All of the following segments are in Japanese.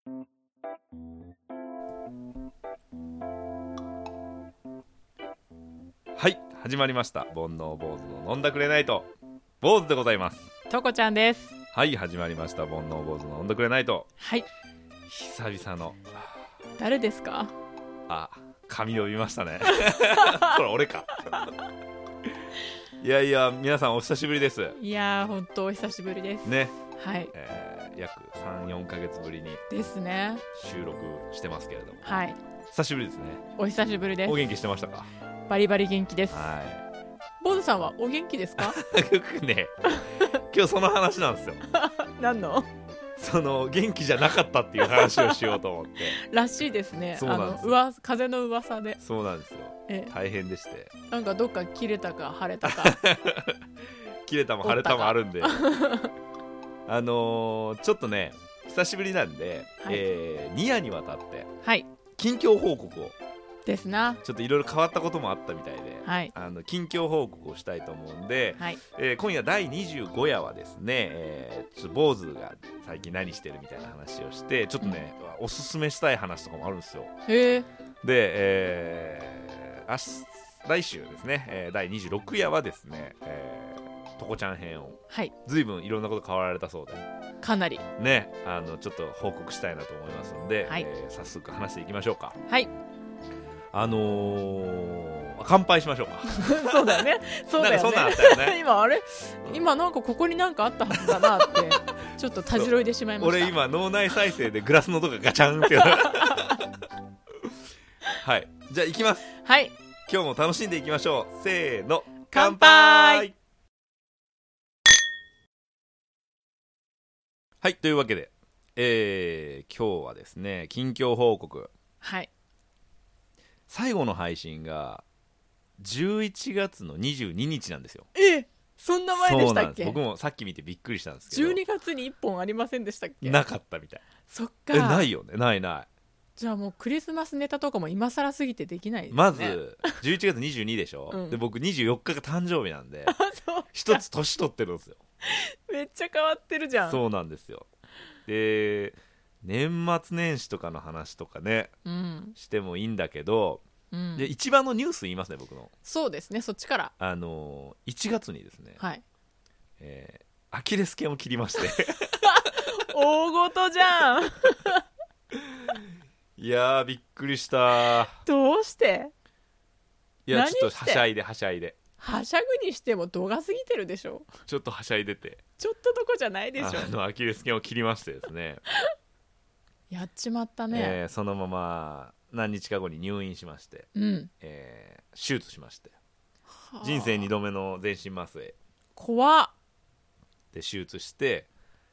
はい、始まりました。煩悩坊主の飲んだくれないと坊主でございます。 とこちゃんです。 はい、始まりました。煩悩坊主の飲んだくれないと。 はい、 久々の誰ですか？ 髪呼びましたねこれ俺かいやいや、皆さんお久しぶりです。 いやー、ほんとお久しぶりですね。 はい、 約 3,4 ヶ月ぶりにですね。 収録してますけれども、 はい、 久しぶりですね。 お久しぶりです。 お元気してましたか？ バリバリ元気です。 は坊主さんはお元気ですか？ いよくね、今日その話なんですよ何のその元気じゃなかったっていう話をしようと思ってらしいですね。 そうなんですよ。 風の噂で。 そうなんですよ。大変でして、 なんかどっか切れたか腫れたか切れたも腫れたもあるんでちょっとね、久しぶりなんで、 はい、 2夜にわたってはい近況報告をですな。 ちょっといろいろ変わったこともあったみたいで、 はい、 近況報告をしたいと思うんで、 はい、 今夜第25夜はですね、ちょっと坊主が最近何してるみたいな話をして、ちょっとね、おすすめしたい話とかもあるんですよ。 へえ。 で、来週ですね、第26夜はですね、とこちゃん編を、 はい、 随分いろんなこと変わられたそうでかなりね、ちょっと報告したいなと思いますので、 はい、 早速話していきましょうか。 はい乾杯しましょうかそうだよね。そうだよね。 なんかそんなんあったよね今なんかここになんかあったはずだなってちょっとたじろいでしまいました。 俺今脳内再生でグラスの音がガチャンってはい、じゃあ行きます。 はい、 今日も楽しんでいきましょう。せーの、 乾杯。 はい、というわけで、今日はですね、近況報告。 はい、 最後の配信が11月の22日なんですよ。 そんな前でしたっけ？ 僕もさっき見てびっくりしたんですけど、 12月に1本ありませんでしたっけ？ なかったみたい。 そっか。 ないよね。ない。 じゃあもうクリスマスネタとかも今更すぎてできないですね。 まず11月22でしょ、で僕24日が誕生日なんで一つ年取ってるんですよ。 めっちゃ変わってるじゃん。 そうなんですよ。で、年末年始とかの話とかね、してもいいんだけど、で一番のニュース言いますね、僕の。 そうですね、そっちから。 1月にですね、 はい、 アキレス腱を切りまして大ごとじゃんいやーびっくりした。 どうして？ いや、ちょっとはしゃいではしゃぐにしても度が過ぎてるでしょ。 ちょっとはしゃいでて、 ちょっとどこじゃないでしょ。 アキレス腱を切りましてですねやっちまったね。 そのまま何日か後に入院しまして、手術しまして、人生2度目の全身麻酔怖っで手術して、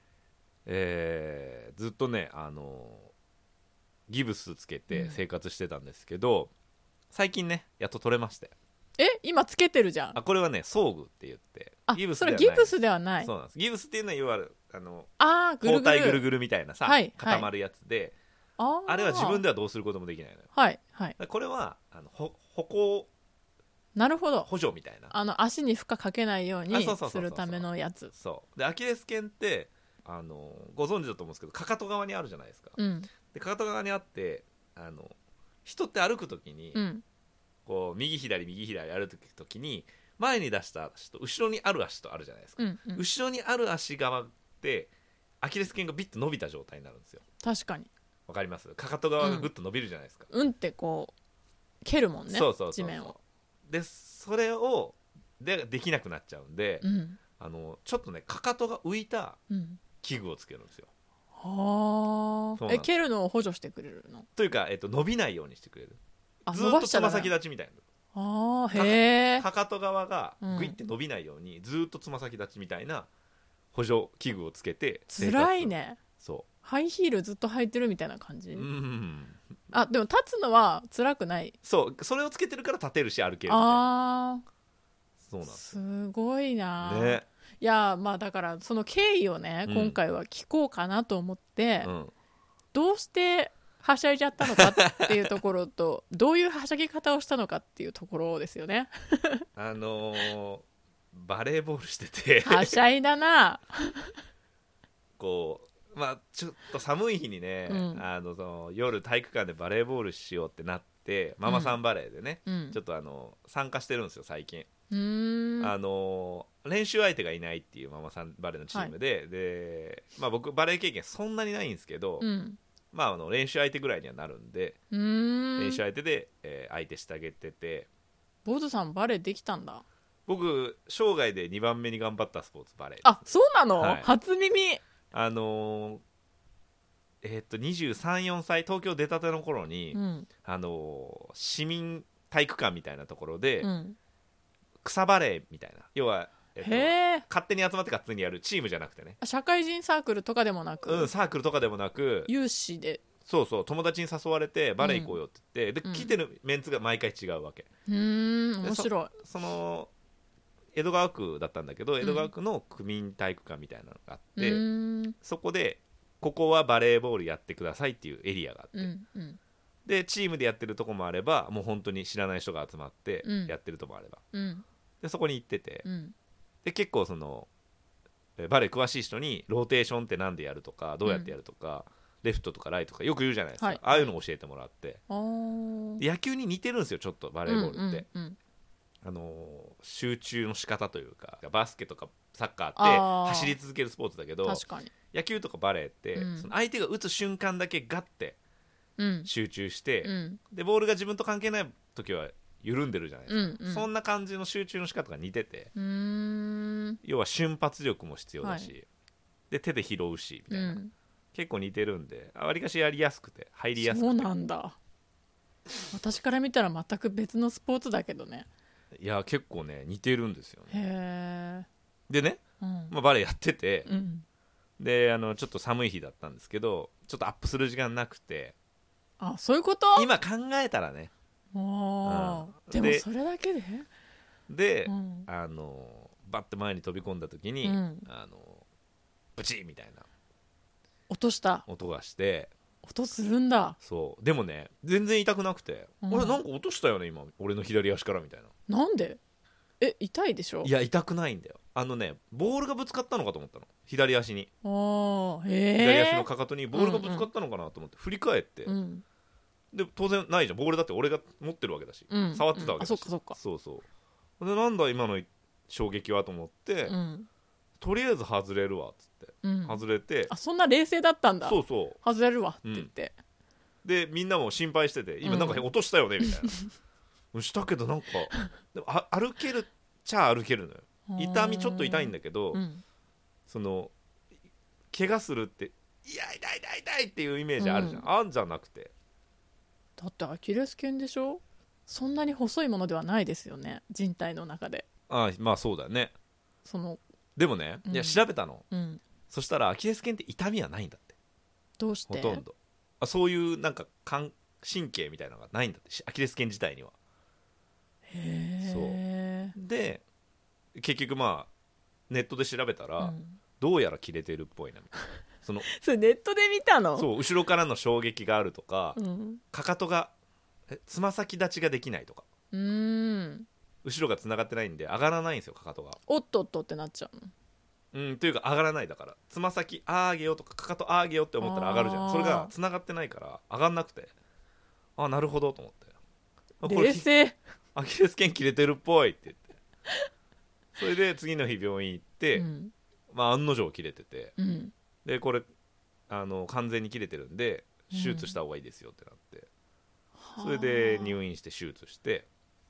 ずっとね、ギブスつけて生活してたんですけど、最近ねやっと取れまして。 今つけてるじゃん。 これはね装具って言って、 それギブスではない。 そうなんです。ギブスっていうのは、いわゆる包帯ぐるぐるみたいなさ、固まるやつで、あれは自分ではどうすることもできないのよ。 はい、 これは歩行なるほど、 補助みたいな、 足に負荷かけないようにするためのやつ。 そうで、アキレス腱ってご存知だと思うんですけど、かかと側にあるじゃないですか、でかかと側にあって、人って歩くときに、こう右左歩くときに、前に出した足と後ろにある足とあるじゃないですか、後ろにある足側ってアキレス腱がビッと伸びた状態になるんですよ。 確かに。 わかります？かかと側がグッと伸びるじゃないですか、 ってこう蹴るもんね、地面を。でそれをできなくなっちゃうんで、ちょっとねかかとが浮いた器具をつけるんですよ。 蹴るのを補助してくれるのというか、伸びないようにしてくれる。ずっとつま先立ちみたいな。 へえ。 かかと側がグイって伸びないように、ずっとつま先立ちみたいな補助器具をつけて生活する。 辛いね。 そう、 ハイヒールずっと履いてるみたいな感じ。でも立つのは辛くない。 それをつけてるから立てるし歩けるみたいな。そうなんです。 すごいな、 ね。 いや、まあだからその経緯をね、今回は聞こうかなと思って、どうしてはしゃいじゃったのかっていうところとどういうはしゃぎ方をしたのかっていうところですよねバレーボールしててはしゃいだなこまあちょっと寒い日にね、その夜体育館でバレーボールしようってなってママさんバレーでね、ちょっと参加してるんですよ最近。練習相手がいないっていうママさんバレーのチームで、で、まあ、僕バレー経験そんなにないんですけど、まあ、練習相手ぐらいにはなるんで、練習相手で、相手してあげてて。 坊主さんバレーできたんだ。 僕生涯で2番目に頑張ったスポーツバレー。 あ、そうなの、はい、初耳。 23、4歳東京出たての頃に、市民体育館みたいなところで、草バレーみたいな、要は、勝手に集まって勝手にやるチームじゃなくてね、 社会人サークルとかでもなく、 サークルとかでもなく有志で、 そうそう、友達に誘われてバレー行こうよって言って、で来てるメンツが毎回違うわけ。 面白い。 その江戸川区だったんだけど、江戸川区の区民体育館みたいなのがあって、そこでここはバレーボールやってくださいっていうエリアがあって、でチームでやってるとこもあれば、もう本当に知らない人が集まってやってるとこもあれば、でそこに行ってて、で結構そのバレー詳しい人にローテーションってなんでやるとか、どうやってやるとか、レフトとかライトとかよく言うじゃないですか、ああいうのを教えてもらって、野球に似てるんですよちょっとバレーボールって、集中の仕方というか、バスケとかサッカーって走り続けるスポーツだけど、 確かに野球とかバレーって、その相手が打つ瞬間だけガッて集中して、でボールが自分と関係ない時は緩んでるじゃないですか、そんな感じの集中の仕方が似てて、要は瞬発力も必要だし、で手で拾うしみたいな、結構似てるんで、わりかしやりやすくて入りやすくて。 そうなんだ。私から見たら全く別のスポーツだけどね。 いや結構ね似てるんですよね。 へー。でね、バレーやってて、でちょっと寒い日だったんですけど、ちょっとアップする時間なくて。 あ、そういうこと？ 今考えたらね。 でもそれだけで、バッて前に飛び込んだ時に、ブチッみたいな音がして、 音するんだ。 そうでもね全然痛くなくて、俺なんか落としたよね今、俺の左足からみたいな。 なんで？痛いでしょ？ いや痛くないんだよ。ボールがぶつかったのかと思ったの、左足に。左足のかかとにボールがぶつかったのかなと思って振り返って、で当然ないじゃん、ボールだって俺が持ってるわけだし、触ってたわけだし、そうそうで、なんだ今の衝撃はと思って、とりあえず外れるわっつって、外れて、 そんな冷静だったんだ。 そうそう外れるわって言って、 でみんなも心配してて、今なんか落としたよねみたいな、したけどなんかでも歩けるっちゃ歩けるのよ。痛みちょっと痛いんだけど、その怪我するっていや痛い痛い痛いっていうイメージあるじゃん、あんじゃなくて、 だってアキレス腱でしょ。そんなに細いものではないですよね、人体の中で。 まあそうだよね。でもね、いや調べたの、そしたらアキレス腱って痛みはないんだって。 どうして？ ほとんどそういうなんか神経みたいなのがないんだって、アキレス腱自体には。 へそうで結局まあネットで調べたら、どうやら切れてるっぽいなみたいな。 それネットで見たの？ そう、後ろからの衝撃があるとか、かかとがつま先立ちができないとか、後ろがつながってないんで上がらないんですよ、かかとが。 おっとっとってなっちゃうの。というか上がらない。だからつま先あげようとかかかとあげようって思ったら上がるじゃん。それがつながってないから上がんなくて、なるほどと思って、 冷静。 アキレス腱切れてるっぽいって言って、それで次の日病院行って、案の定切れてて、でこれ完全に切れてるんで手術した方がいいですよってなって、それで入院して手術して、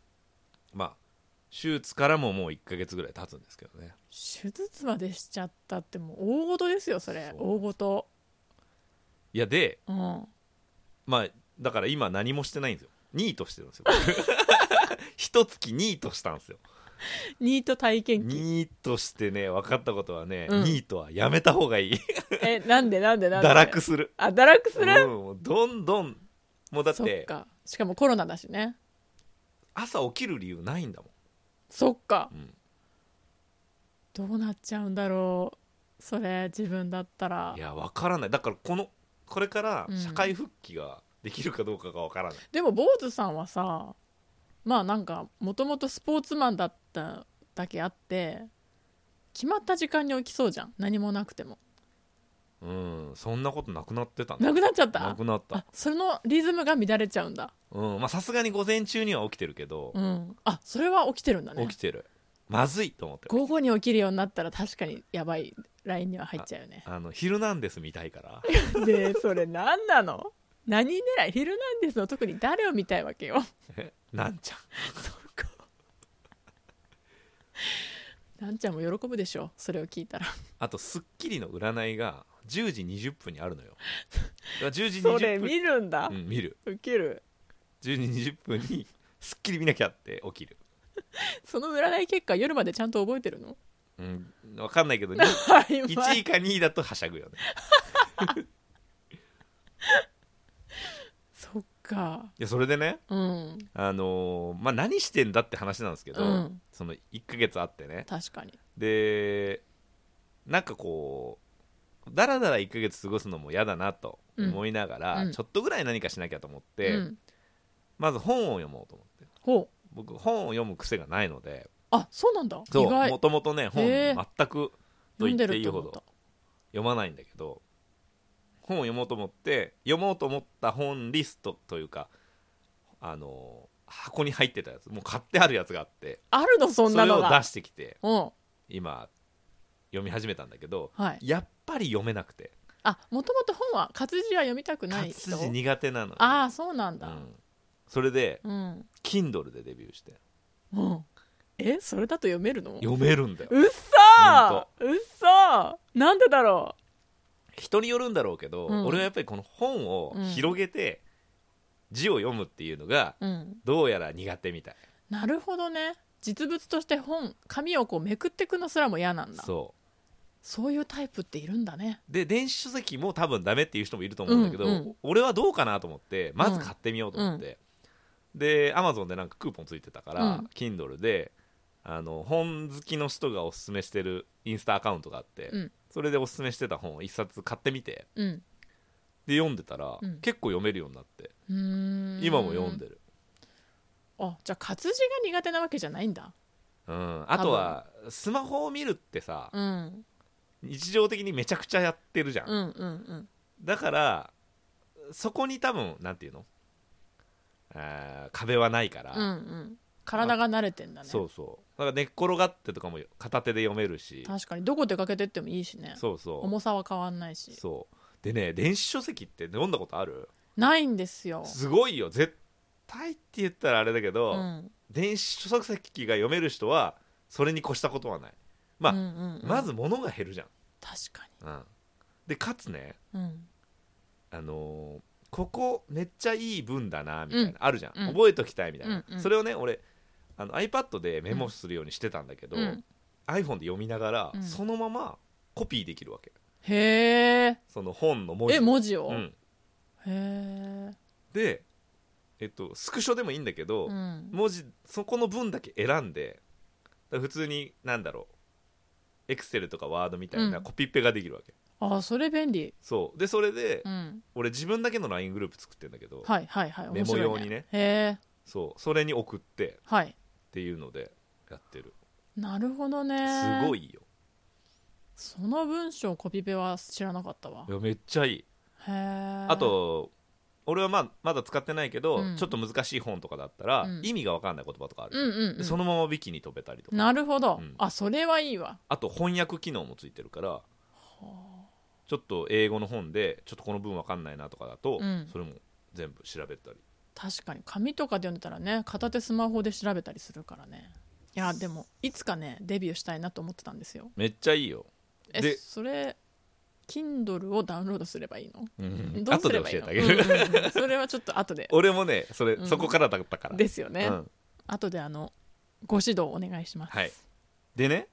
手術からももう1ヶ月ぐらい経つんですけどね。 手術までしちゃったってもう大事ですよ、それ。大事。 いやで、だから今何もしてないんですよ。ニートしてるんですよ一月ニートしたんですよ。 ニート体験記。 ニートしてね、分かったことはね、ニートはやめた方がいいなんで堕落する。 堕落する、 どんどん、もうだって、 そっか、しかもコロナだしね。 朝起きる理由ないんだもん。 そっか、どうなっちゃうんだろう、それ自分だったら。 いや分からない。だからこれから社会復帰ができるかどうかが分からない、 でも坊主さんはさ、なんかもともとスポーツマンだっただけあって決まった時間に起きそうじゃん、何もなくても。 うん、そんなことなくなってたんだ。 なくなっちゃった。 なくなった。 あ、そのリズムが乱れちゃうんだ。 うん、まあさすがに午前中には起きてるけど、 うん、あ、それは起きてるんだね。 起きてる。まずいと思ってる。 午後に起きるようになったら確かにやばいラインには入っちゃうよね。 ヒルナンデス見たいから。 でそれ何なの？何狙い？ヒルナンデスの特に誰を見たいわけよ。 なんちゃん。 そうか。なんちゃんも喜ぶでしょ、それを聞いたら。 あとスッキリの占いが10時20分にあるのよ。10時20分。 それ見るんだ。 うん、見る。 ウケる。 10時20分にスッキリ見なきゃって起きる。 その占い結果夜までちゃんと覚えてるの？ うん、分かんないけど1位か2位だとはしゃぐよね。 そっか。 いやそれでね、 うん、 まあ何してんだって話なんですけど、 うん、 その1ヶ月あってね。 確かに。 でなんかこうだらだら1ヶ月過ごすのも嫌だなと思いながら、ちょっとぐらい何かしなきゃと思って、まず本を読もうと思って。 ほう。 僕本を読む癖がないので。 あ、そうなんだ。 そう、もともとね本全くと言っていいほど読まないんだけど、本を読もうと思った本リストというか箱に入ってたやつ、もう買ってあるやつがあって、 あるのそんなのが。 それを出してきて今読み始めたんだけど、はい、やっぱり読めなくて。 あ、もともと本は活字は読みたくない人。 活字苦手なの、ね、 ああそうなんだ、うん、 それで、Kindle でデビューして、 それだと読めるの？ 読めるんだよ。 うっそなんでだろう。人によるんだろうけど、俺はやっぱりこの本を広げて字を読むっていうのがどうやら苦手みたい。 なるほどね。実物として紙をこうめくってくのすらも嫌なんだ。そういうタイプっているんだね。 で電子書籍も多分ダメっていう人もいると思うんだけど、俺はどうかなと思ってまず買ってみようと思って、で Amazon でなんかクーポンついてたから、Kindle で本好きの人がおすすめしてるインスタアカウントがあって、それでおすすめしてた本を一冊買ってみて、で読んでたら、結構読めるようになって、今も読んでる。 あ、じゃあ活字が苦手なわけじゃないんだ。 あとはスマホを見るってさ、日常的にめちゃくちゃやってるじゃん、だからそこに多分なんていうの、壁はないから、 体が慣れてんだね。 そうそう、だから寝っ転がってとかも片手で読めるし、 確かにどこ出かけてってもいいしね。 そうそう、 重さは変わんないし。 そうでね、電子書籍って読んだことある？ ないんですよ。 すごいよ。絶対って言ったらあれだけど、電子書籍が読める人はそれに越したことはない。まあ、まず物が減るじゃん。 確かに、 でかつね、ここめっちゃいい文だなみたいな、あるじゃん、覚えときたいみたいな、それをね俺iPad でメモするようにしてたんだけど、iPhone で読みながら、そのままコピーできるわけ。 へえ。 その本の文字を。 文字を、へえ。 でスクショでもいいんだけど、文字そこの文だけ選んで、普通になんだろう、Excel とか Word みたいなコピペができるわけ。 あ、それ便利。 そうでそれで、俺自分だけの LINE グループ作ってるんだけど、メモ用にね。 へえ。 そうそれに送って、っていうのでやってる。 なるほどね。 すごいよ。 その文章コピペは知らなかったわ。 いやめっちゃいい。 へえ。 あと俺はまだ使ってないけど、ちょっと難しい本とかだったら、意味が分かんない言葉とかある、そのままウィキに飛べたりとか。 なるほど、あ、それはいいわ。 あと翻訳機能もついてるから、ちょっと英語の本でちょっとこの文分かんないなとかだと、それも全部調べたり。 確かに紙とかで読んでたらね、片手スマホで調べたりするからね。いやでもいつかねデビューしたいなと思ってたんですよ。 めっちゃいいよ。 でそれKindle をダウンロードすればいいの？ どうすればいいの？後で教えてあげる。 それはちょっと後で。 俺もねそこからだったから。 ですよね。後でご指導お願いします。 はい。でね、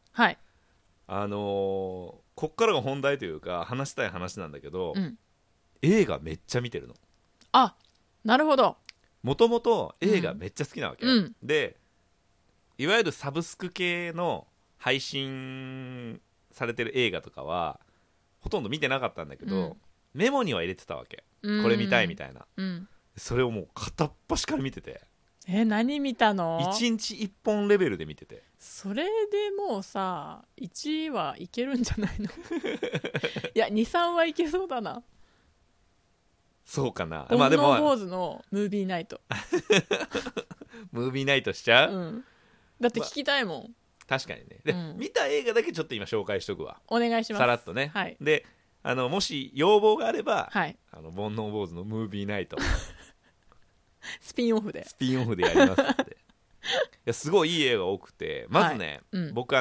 こっからが本題というか話したい話なんだけど、映画めっちゃ見てるの。 あ、なるほど。 もともと映画めっちゃ好きなわけ、でいわゆるサブスク系の配信されてる映画とかはほとんど見てなかったんだけど、メモには入れてたわけ、これ見たいみたいな、それをもう片っ端から見てて、 何見たの ？1日1本レベルで見てて。 それでもうさ1はいけるんじゃないの？いや 2,3 はいけそうだな。 そうかな。 煩悩坊主のムービーナイトムービーナイトしちゃう、 うん、だって聞きたいもん、 確かにね。で、見た映画だけちょっと今紹介しとくわ。 お願いします。 さらっとね、 はい、 でもし要望があれば、 はい、 煩悩坊主のムービーナイトスピンオフでやりますのでいやすごいいい映画多くて、まずね、はい、僕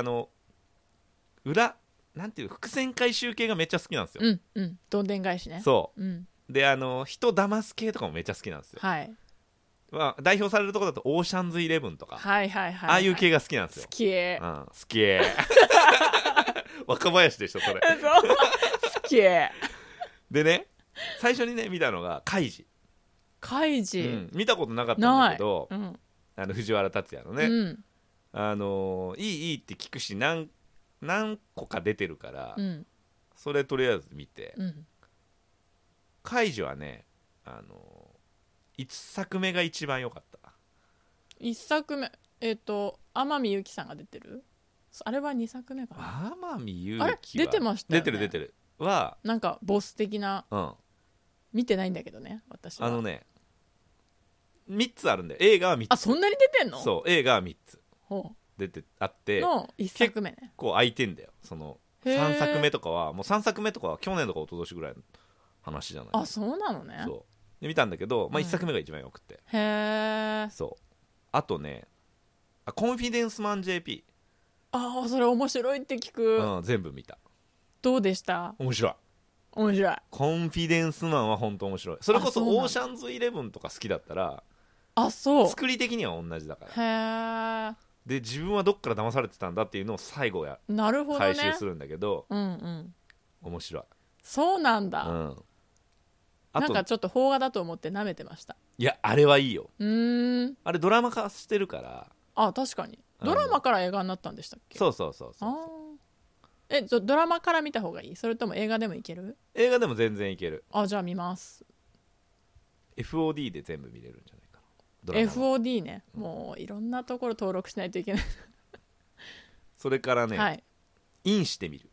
なんていう伏線回収系がめっちゃ好きなんですよ。 うんうん、どんでん返しね。 そう、で人騙す系とかもめっちゃ好きなんですよ。 はい、 まあ、代表されるところだとオーシャンズイレブンとか、 はいはいはいはい、 ああいう系が好きなんですよ。 好き、 好き若林でしょそれ好きでね、最初にね見たのがカイジ、見たことなかったんだけど、藤原竜也のね、いいって聞くし何個か出てるから、それとりあえず見て、カイジはね1作目が一番良かった。 1作目天海祐希さんが出てる、あれは2作目かな。 天海祐希は出てましたよね。 出てるはなんかボス的な、見てないんだけどね私は。 3つあるんだよ、映画は3つ。 あ、そんなに出てんの？ そう、映画は3つ出てあっての1作目ね。 結構空いてんだよ。その3作目とかは去年とか一昨年ぐらいの話じゃない。 あ、そうなのね。 そうで見たんだけど、1作目が一番よくて、 へえ。 そうあとね、コンフィデンスマン JP、 それ面白いって聞く、 全部見た。 どうでした？ 面白い。 コンフィデンスマンは本当面白い。それこそオーシャンズイレブンとか好きだったら、 そう作り的には同じだから。 へえ。で自分はどっから騙されてたんだっていうのを最後なるほど、ね、 回収するんだけど、面白い。 そうなんだ、なんかちょっと邦画だと思って舐めてました。 いやあれはいいよ。あれドラマ化してるから。 確かにドラマから映画になったんでしたっけ？ そう。 ドラマから見た方がいい？それとも映画でもいける？ 映画でも全然いける。 じゃあ見ます。 FOD で全部見れるんじゃないかな。 FOD ね、もういろんなところ登録しないといけないそれからね、インしてみる。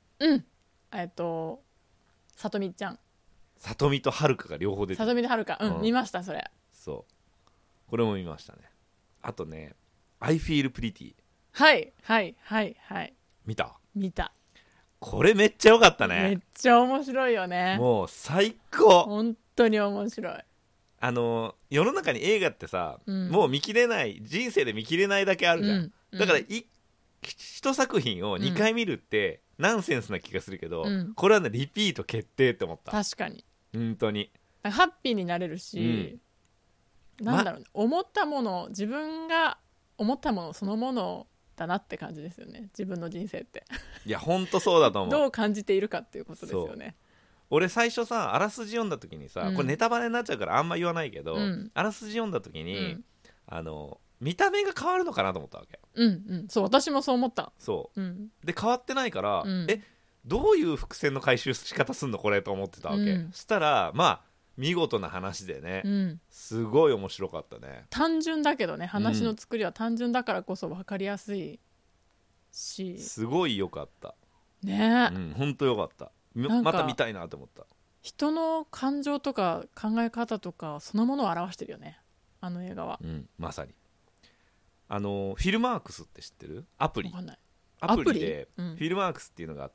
さとみちゃん、 さとみとはるかが両方出てる。 さとみとはるか、見ました。それそうこれも見ましたね。あとね I feel pretty、 はい見た。これめっちゃ良かったね。 めっちゃ面白いよね。 もう最高。 本当に面白い。 世の中に映画ってさ、もう見切れない、人生で見切れないだけあるじゃん、だから一作品を2回見るってナンセンスな気がするけど、これはねリピート決定って思った。 確かに本当にハッピーになれるし、なんだろうね、思ったもの、自分が思ったものそのものだなって感じですよね、自分の人生っていや本当そうだと思うどう感じているかっていうことですよね。 俺最初さあらすじ読んだ時にさ、これネタバレになっちゃうからあんま言わないけど、あらすじ読んだ時に、見た目が変わるのかなと思ったわけ。 そう、私もそう思った。 そう、で変わってないから、どういう伏線の回収仕方すんのこれと思ってたわけ、そしたら見事な話でね、すごい面白かったね。 単純だけどね、話の作りは単純だからこそ分かりやすいし、 すごい良かったね。 本当良かった。また見たいなと思った。 人の感情とか考え方とかそのものを表してるよね、あの映画は。 まさにフィルマークスって知ってる？アプリでフィルマークスっていうのがあって、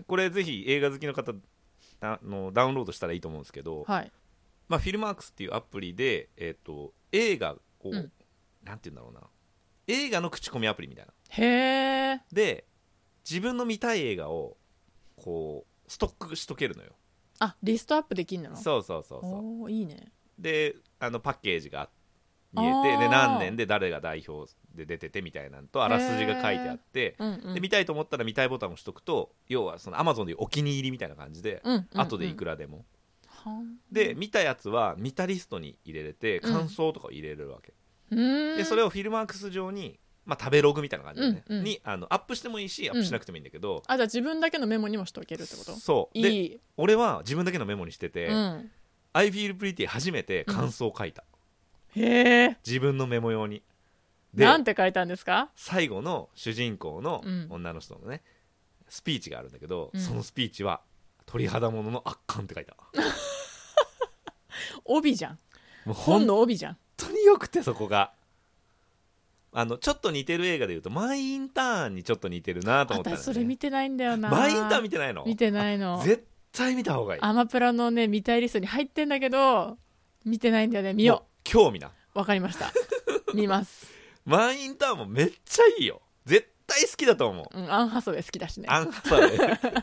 これぜひ映画好きの方ダウンロードしたらいいと思うんですけど、フィルマークスっていうアプリで、映画を、なんて言うんだろうな、映画の口コミアプリみたいな。 へー。 で自分の見たい映画をこうストックしとけるのよ。 リストアップできるの？ そういいね。 でパッケージが見えて、で何年で誰が代表で出ててみたいなのとあらすじが書いてあって、で見たいと思ったら見たいボタンを押しとくと、要はその Amazon でいうお気に入りみたいな感じで、後でいくらでも、で見たやつは見たリストに入れれて感想とかを入れれるわけ、でそれをフィルマークス上に食べログみたいな感じでね、にアップしてもいいしアップしなくてもいいんだけど、 じゃあ自分だけのメモにもしておけるってこと？ そうで俺は自分だけのメモにしてて、I feel pretty 初めて感想を書いた。 へえ。 自分のメモ用に。 でなんて書いたんですか？ 最後の主人公の女の人のね、スピーチがあるんだけど、そのスピーチは鳥肌ものの圧巻って書いた。 帯じゃん。 もう本の帯じゃん。 本当によくて、そこがちょっと似てる映画でいうとマイ・インターンにちょっと似てるなと思ったんだよね。 私それ見てないんだよな。 マイ・インターン見てないの？ 見てないの。 絶対見た方がいい。 アマプラのね見たいリストに入ってんだけど見てないんだよね。見よう。興味な。 わかりました。見ます。 マイ・インターンもめっちゃいいよ。絶対好きだと思う。 アン・ハサウェイ好きだしね。 アン・ハサウェイ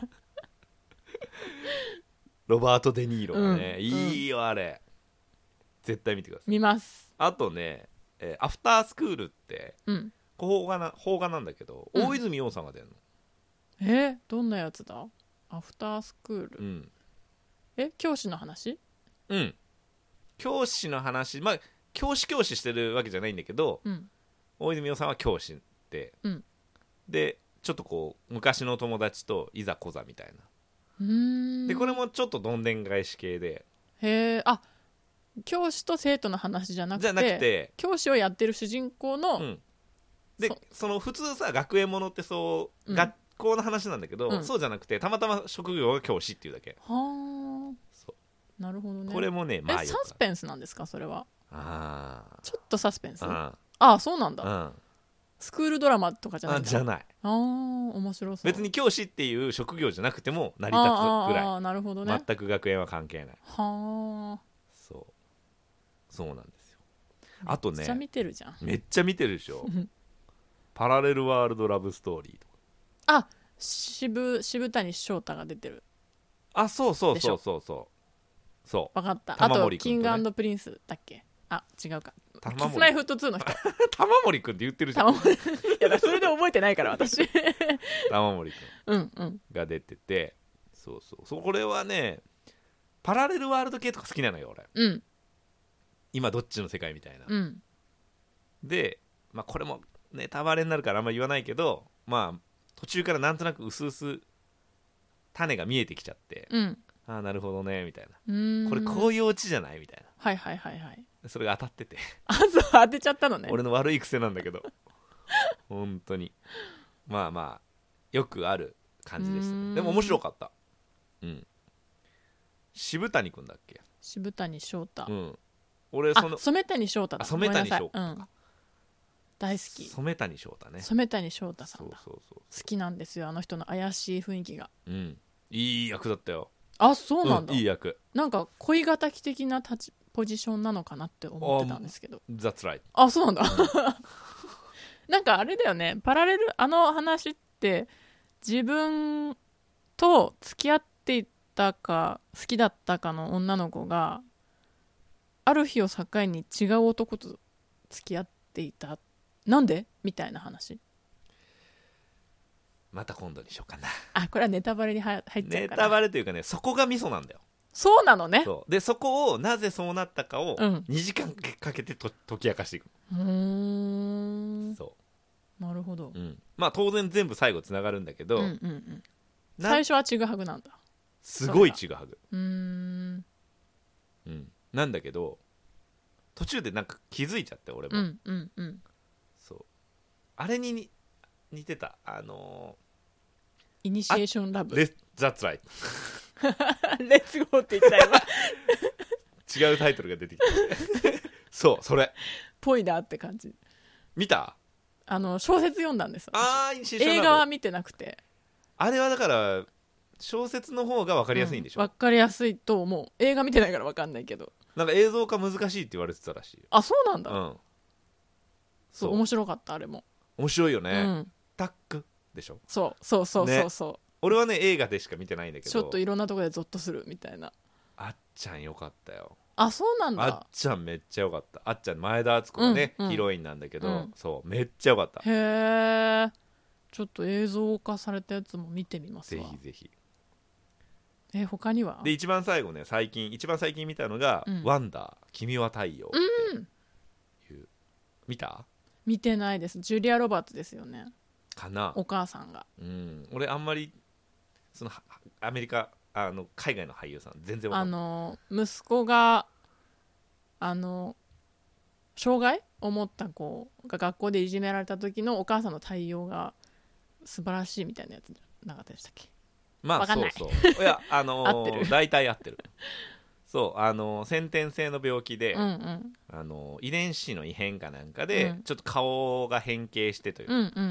ロバート・デ・ニーロがね、いいよあれ。絶対見てください。 見ます。 あとね、アフタースクールって、邦画なんだけど、大泉洋さんが出るの。どんなやつだ？アフタースクール、教師の話？ 教師の話、まあ教師してるわけじゃないんだけど、大泉洋さんは教師で、でちょっとこう昔の友達といざこざみたいな。でこれもちょっとどんでん返し系で。 へえ。あ、教師と生徒の話じゃなくて教師をやってる主人公の、 でその普通さ学園ものってそう、学校の話なんだけど、そうじゃなくてたまたま職業が教師っていうだけ。 はあ、なるほどね。 これもね、 サスペンスなんですかそれは？ちょっとサスペンス。そうなんだ。スクールドラマとかじゃないんだ。 じゃない。 面白そう。 別に教師っていう職業じゃなくても成り立つぐらい。 なるほどね。 全く学園は関係ない。 はあ。 そうなんですよ。あとね、 めっちゃ見てるじゃん。 めっちゃ見てるでしょ。パラレルワールドラブストーリーとか。渋谷翔太が出てる。 そう分かった。 あとキング&プリンスだっけ？違うか。キスマイフット2の人。 玉森くんって言ってるじゃん。いやそれで覚えてないから私。 玉森くんが出てて、これはね、パラレルワールド系とか好きなのよ俺。今どっちの世界みたいな。で、これもネタバレになるからあんま言わないけど、途中からなんとなく薄々種が見えてきちゃって、なるほどねみたいな。これこういうオチじゃないみたいな。それが当たってて。 そう当てちゃったのね。 俺の悪い癖なんだけど。本当によくある感じでしたね。でも面白かった。渋谷くんだっけ？ 渋谷翔太。 俺染谷翔太だ。 染谷翔太。 大好き。 染谷翔太ね。 染谷翔太さんだ。好きなんですよ、あの人の怪しい雰囲気が。 いい役だったよ。 そうなんだ。 いい役。 なんか恋敵的なポジションなのかなって思ってたんですけど。 That's right。 そうなんだ。なんかあれだよね、パラレル、話って自分と付き合っていたか好きだったかの女の子がある日を境に違う男と付き合っていた。なんでみたいな話。 また今度にしようかな。 これはネタバレに入っちゃうから。 ネタバレというかね、そこがミソなんだよ。 そうなのね。 でそこをなぜそうなったかを2時間かけて解き明かしていく。 なるほど。 当然全部最後つながるんだけど、 最初はちぐはぐなんだ。 すごいちぐはぐ。なんだけど途中でなんか気づいちゃって俺も。あれに似てた。 イニシエーションラブ。 That's right。 レッツゴーって言った今。 違うタイトルが出てきて。それ。 ぽいなって感じ。 見た？ 小説読んだんです。映画は見てなくて。 あれはだから小説の方が分かりやすいんでしょ？ 分かりやすいと思う。映画見てないから分かんないけど。 なんか映像化難しいって言われてたらしいよ。 そうなんだ。面白かった。あれも面白いよね。タックでしょ？そう。俺はね映画でしか見てないんだけど、 ちょっといろんなところでゾッとするみたいな。 あっちゃんよかったよ。 そうなんだ。 あっちゃんめっちゃよかった。あっちゃん前田敦子がね、ヒロインなんだけど、めっちゃよかった。 へえ。ちょっと映像化されたやつも見てみますわ。 ぜひぜひ。 他には？ で一番最後ね、一番最近見たのが、ワンダー君は太陽っていう。見た？ 見てないです。ジュリア・ロバーツですよね。 かな。 お母さんが。 俺あんまりそのアメリカ海外の俳優さん全然わかんない。 息子が障害を持った子が学校でいじめられた時のお母さんの対応が素晴らしいみたいなやつじゃなかったでしたっけ。 まあそうそう、いや合ってる大体合ってる。そう先天性の病気で、 うんうん、 遺伝子の異変かなんかで、ちょっと顔が変形してというか、 うんうんうんうん、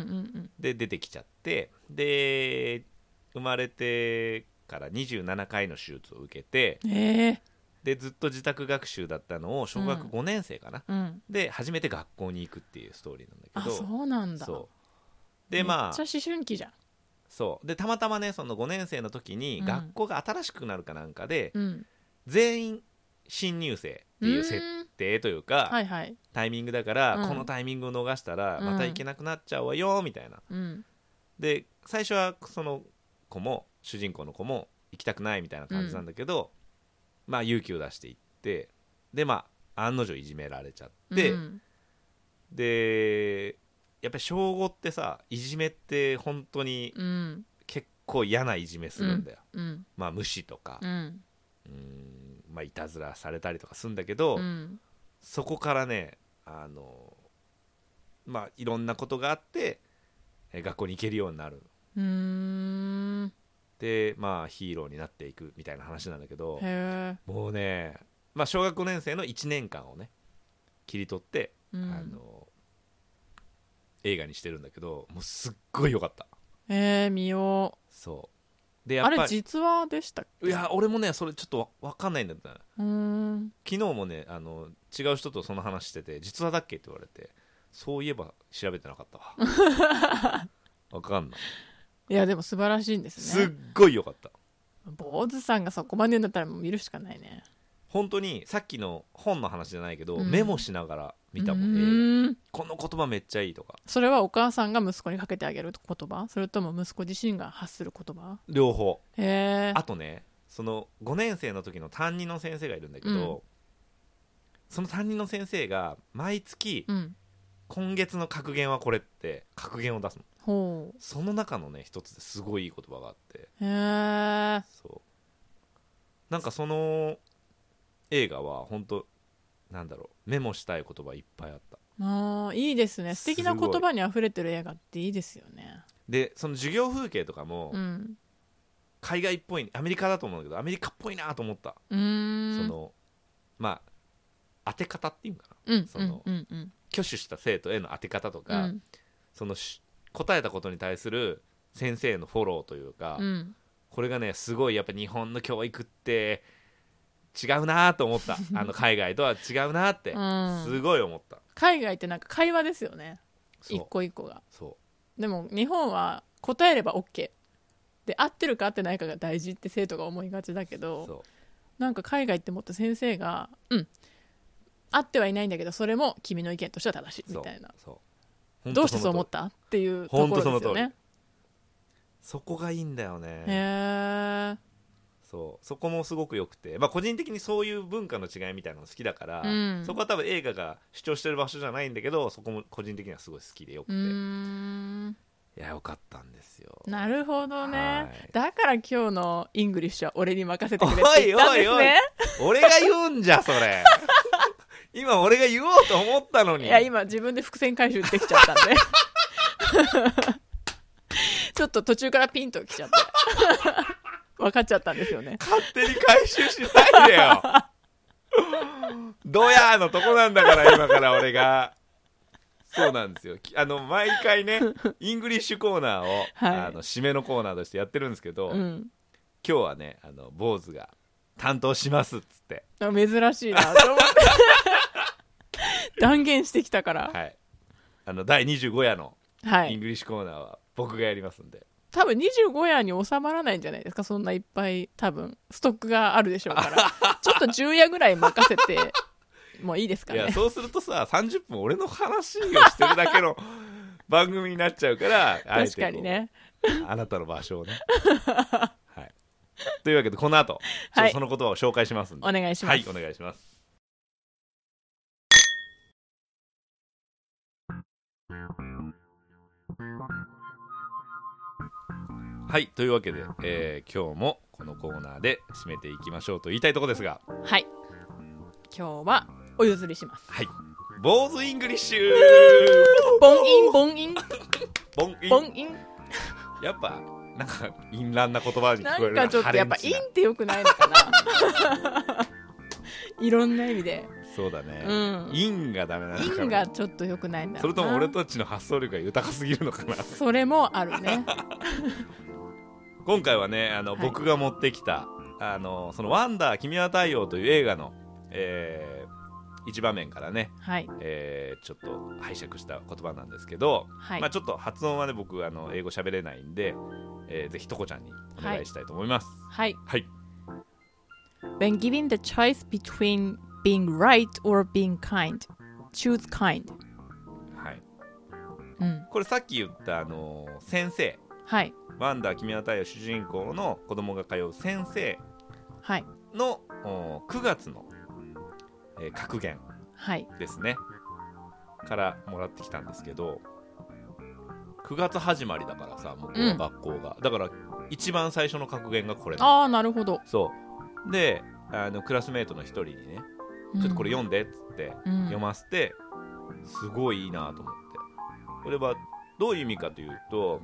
で出てきちゃって、で生まれてから27回の手術を受けて、でずっと自宅学習だったのを小学5年生かな、で初めて学校に行くっていうストーリーなんだけど。 そうなんだ。 そうで、まあめっちゃ思春期じゃん。 そうでたまたまね、その5年生の時に学校が新しくなるかなんかで、全員新入生っていう設定というか、 はいはい、 タイミングだから、このタイミングを逃したらまた行けなくなっちゃうわよみたいな、で最初はその子も主人公の子も行きたくないみたいな感じなんだけど、まあ勇気を出していって、でまあ案の定いじめられちゃって、でやっぱり小5ってさ、いじめって本当に結構嫌ないじめするんだよ、まあ無視とか、まあ、いたずらされたりとかするんだけど、そこからねまあいろんなことがあって学校に行けるようになる。でまあヒーローになっていくみたいな話なんだけど、もうね、まあ、小学5年生の1年間をね切り取って、映画にしてるんだけど、もうすっごい良かった。 見よう。 そうでやっぱりあれ実話でしたっけ。 いや俺もねそれちょっと分かんないんだった。昨日もね違う人とその話してて、実話だっけって言われて、そういえば調べてなかったわ。分かんない。 いやでも素晴らしいんですね。 すっごい良かった。 坊主さんがそこまで言うんだったらもう見るしかないね。 本当にさっきの本の話じゃないけど、メモしながら見たもん、この言葉めっちゃいいとか。 それはお母さんが息子にかけてあげる言葉、それとも息子自身が発する言葉。 両方。 あとね、その5年生の時の担任の先生がいるんだけど、その担任の先生が毎月、今月の格言はこれって格言を出すの。その中のね一つですごいいい言葉があって、そうなんかその映画は本当なんだろう、メモしたい言葉いっぱいあった。 いいですね。素敵な言葉にあふれてる映画っていいですよね。 でその授業風景とかも、海外っぽい、アメリカだと思うんだけどアメリカっぽいなと思った。そのまあ当て方っていうんかな、その挙手した生徒への当て方とか、その答えたことに対する先生のフォローというか、これがねすごいやっぱ日本の教育って違うなと思った。海外とは違うなってすごい思った。 海外ってなんか会話ですよね、一個一個が。でも日本は答えれば OK で、合ってるか合ってないかが大事って生徒が思いがちだけど、なんか海外ってもっと先生が合ってはいないんだけどそれも君の意見としては正しいみたいな。どうしてそう思ったっていうところですよね。 そこがいいんだよね。そこもすごく良くて、まあ、個人的にそういう文化の違いみたいなの好きだから、そこは多分映画が主張してる場所じゃないんだけど、そこも個人的にはすごい好きでよくて、いやよかったんですよ。 なるほどね、だから今日のイングリッシュは俺に任せてくれって言ったんですね。 俺が言うんじゃそれ。今俺が言おうと思ったのに。 いや今自分で伏線回収できちゃったんでちょっと途中からピンときちゃって分かっちゃったんですよね。 勝手に回収しないでよドヤーのとこなんだから今から俺が。そうなんですよ。毎回ねイングリッシュコーナーを、締めのコーナーとしてやってるんですけど、今日はね坊主が担当しますっつって。 珍しいなと思って断言してきたから、 第25夜のイングリッシュコーナーは僕がやりますんで、 多分25夜に収まらないんじゃないですか。そんないっぱい多分ストックがあるでしょうからちょっと10夜ぐらい任せてもういいですかね。 いやそうするとさ30分俺の話をしてるだけの番組になっちゃうから確かにねあなたの場所をねというわけでこの後、その言葉を紹介しますんでお願いします。 お願いします。というわけで、今日もこのコーナーで締めていきましょうと言いたいところですが、 今日はお譲りします。 坊主イングリッシュボンインボンインボンインボンイン。 やっぱなんか淫乱な言葉に聞こえるなんかちょっとやっぱインってよくないのかないろんな意味で。 そうだね、 うん、 インがダメなのかな。 インがちょっとよくないんだろうな。 それとも俺たちの発想力が豊かすぎるのかな。 それもあるね今回はねはい、 僕が持ってきたそのワンダー君は太陽という映画の、一場面からね、 はい、 ちょっと拝借した言葉なんですけど、 はい、 まあ、ちょっと発音はね僕英語喋れないんで、ぜひとこちゃんにお願いしたいと思います。 はい、 はい、 When given the choice between being right or being kind, choose kind。 はい、 うん、 これさっき言った先生、 はい、 ワンダー君は太陽主人公の子供が通う先生の、9月の、格言ですね、からもらってきたんですけど、9月始まりだからさ、向こうは学校が、だから一番最初の格言がこれ。 ああ、なるほど。 そうでクラスメートの一人にね、ちょっとこれ読んでっつって読ませて、すごいいいなと思って。これはどういう意味かというと、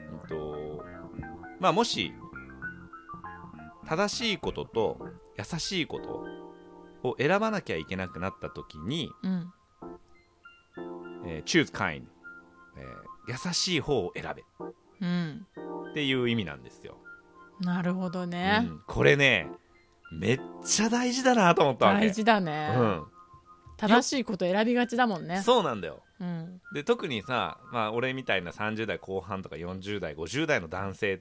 まあもし正しいことと優しいことを選ばなきゃいけなくなった時に、choose kind、優しい方を選べ、っていう意味なんですよ。 なるほどね、 これねめっちゃ大事だなと思ったわけ。 大事だね、正しいこと選びがちだもんね。 そうなんだよ、で特にさ、まあ、俺みたいな30代後半とか40代50代の男性って、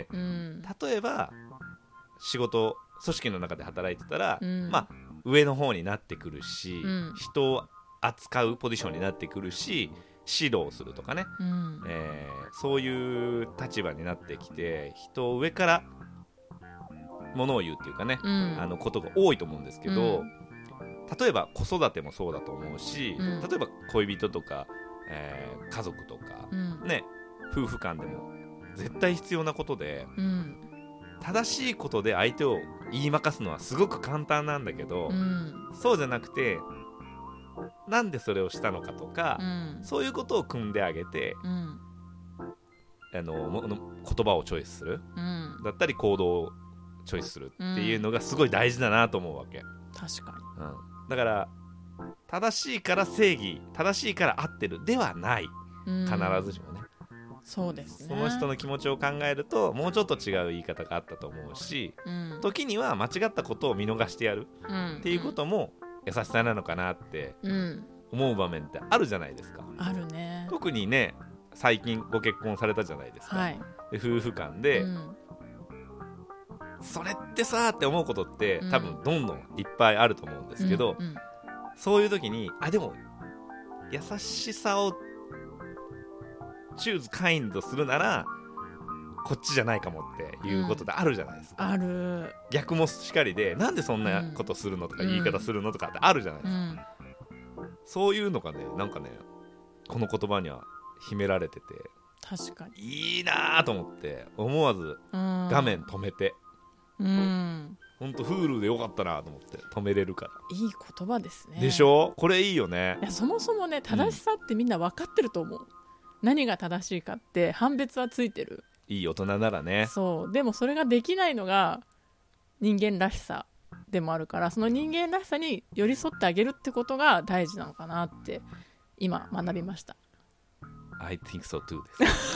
例えば仕事組織の中で働いてたら、まあ、上の方になってくるし、人を扱うポジションになってくるし、指導するとかね、そういう立場になってきて、人を上から物を言うっていうかね、ことが多いと思うんですけど、例えば子育てもそうだと思うし、例えば恋人とか、家族とか、ね、夫婦間でも絶対必要なことで、正しいことで相手を言いまかすのはすごく簡単なんだけど、そうじゃなくてなんでそれをしたのかとか、そういうことを組んであげて、言葉をチョイスする、だったり行動をチョイスするっていうのがすごい大事だなと思うわけ。 確かに、 だから正しいから正義、正しいから合ってるではない、必ずしもね。 そうですね。 その人の気持ちを考えるともうちょっと違う言い方があったと思うし、時には間違ったことを見逃してやる、っていうことも優しさなのかなって思う場面ってあるじゃないですか。 あるね。 特にね、最近ご結婚されたじゃないですか、で夫婦間で、それってさって思うことって多分どんどんいっぱいあると思うんですけど、そういう時にでも優しさをチューズカインドするならこっちじゃないかもっていうことであるじゃないですか、 ある。 逆もしかりで、なんでそんなことするのとか、言い方するのとかってあるじゃないですか、そういうのがね、なんかね、この言葉には秘められてて、 確かにいいなと思って思わず画面止めて、ほんと Hulu でよかったなと思って止めれるから。 いい言葉ですね。 でしょ。これいいよね。 いや、そもそもね、正しさってみんな分かってると思う、何が正しいかって判別はついてる。 いい大人ならね。 そう。でもそれができないのが人間らしさでもあるから、その人間らしさに寄り添ってあげるってことが大事なのかなって今学びました。 I think so too です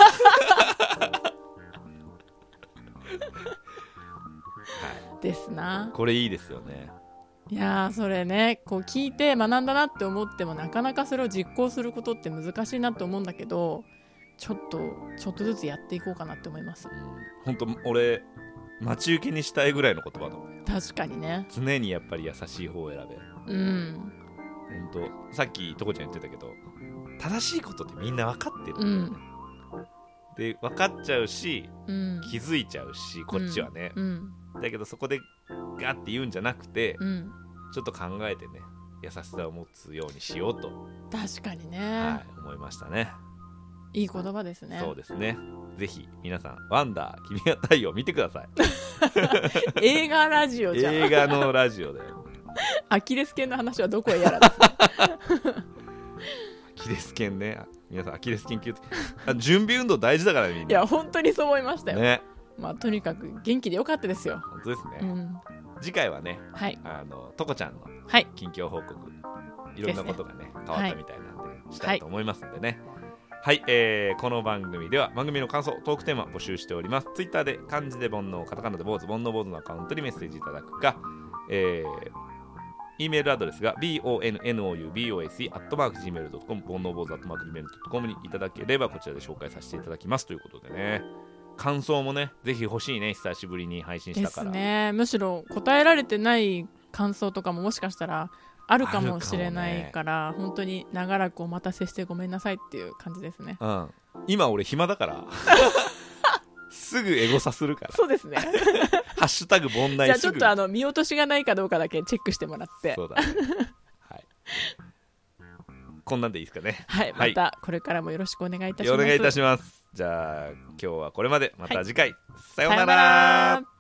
ですな。 これいいですよね。 いやー、それね、こう聞いて学んだなって思っても、なかなかそれを実行することって難しいなと思うんだけど、ちょっとずつやっていこうかなって思います。 本当俺待ち受けにしたいぐらいの言葉だもん。 確かにね。 常にやっぱり優しい方を選べ。本当さっきとこちゃん言ってたけど、正しいことってみんな分かってる、で分かっちゃうし、気づいちゃうし、こっちはね、だけどそこでガッて言うんじゃなくて、ちょっと考えてね、優しさを持つようにしようと。 確かにね、 思いましたね。 いい言葉ですね。 そうですね。ぜひ皆さん、ワンダー君は太陽見てください。 映画ラジオじゃん。 映画のラジオだよ。 アキレス腱の話はどこへやらですね。 アキレス腱ね、皆さんアキレス腱気をつけ準備運動大事だからね、みんな。 いや本当にそう思いましたよ、 ね。 まあとにかく元気でよかったですよ。 本当ですね、 うん、 次回はね、 はい、 とこちゃんの近況報告、いろんなことがね変わったみたいなんで、したいと思いますんでね。はい、この番組では番組の感想、トークテーマ募集しております。ツイッターで漢字で煩悩、カタカナで坊主、煩悩坊主のアカウントにメッセージいただくか、E メールアドレスが bonnoubose@gmail.com、 煩悩坊主@gmail.com にいただければこちらで紹介させていただきますということでね。感想もねぜひ欲しいね、久しぶりに配信したからですね。むしろ答えられてない感想とかももしかしたらあるかもしれないから、ね、本当に長らくお待たせしてごめんなさいっていう感じですね、 うん、今俺暇だからすぐエゴサするから。 そうですねハッシュタグ煩悩、 じゃあちょっと見落としがないかどうかだけチェックしてもらって。 そうだね、はい、こんなんでいいですかね。 はい、またこれからもよろしくお願いいたします。 お願いいたします。じゃあ今日はこれまで、また次回、 はい、 さようなら。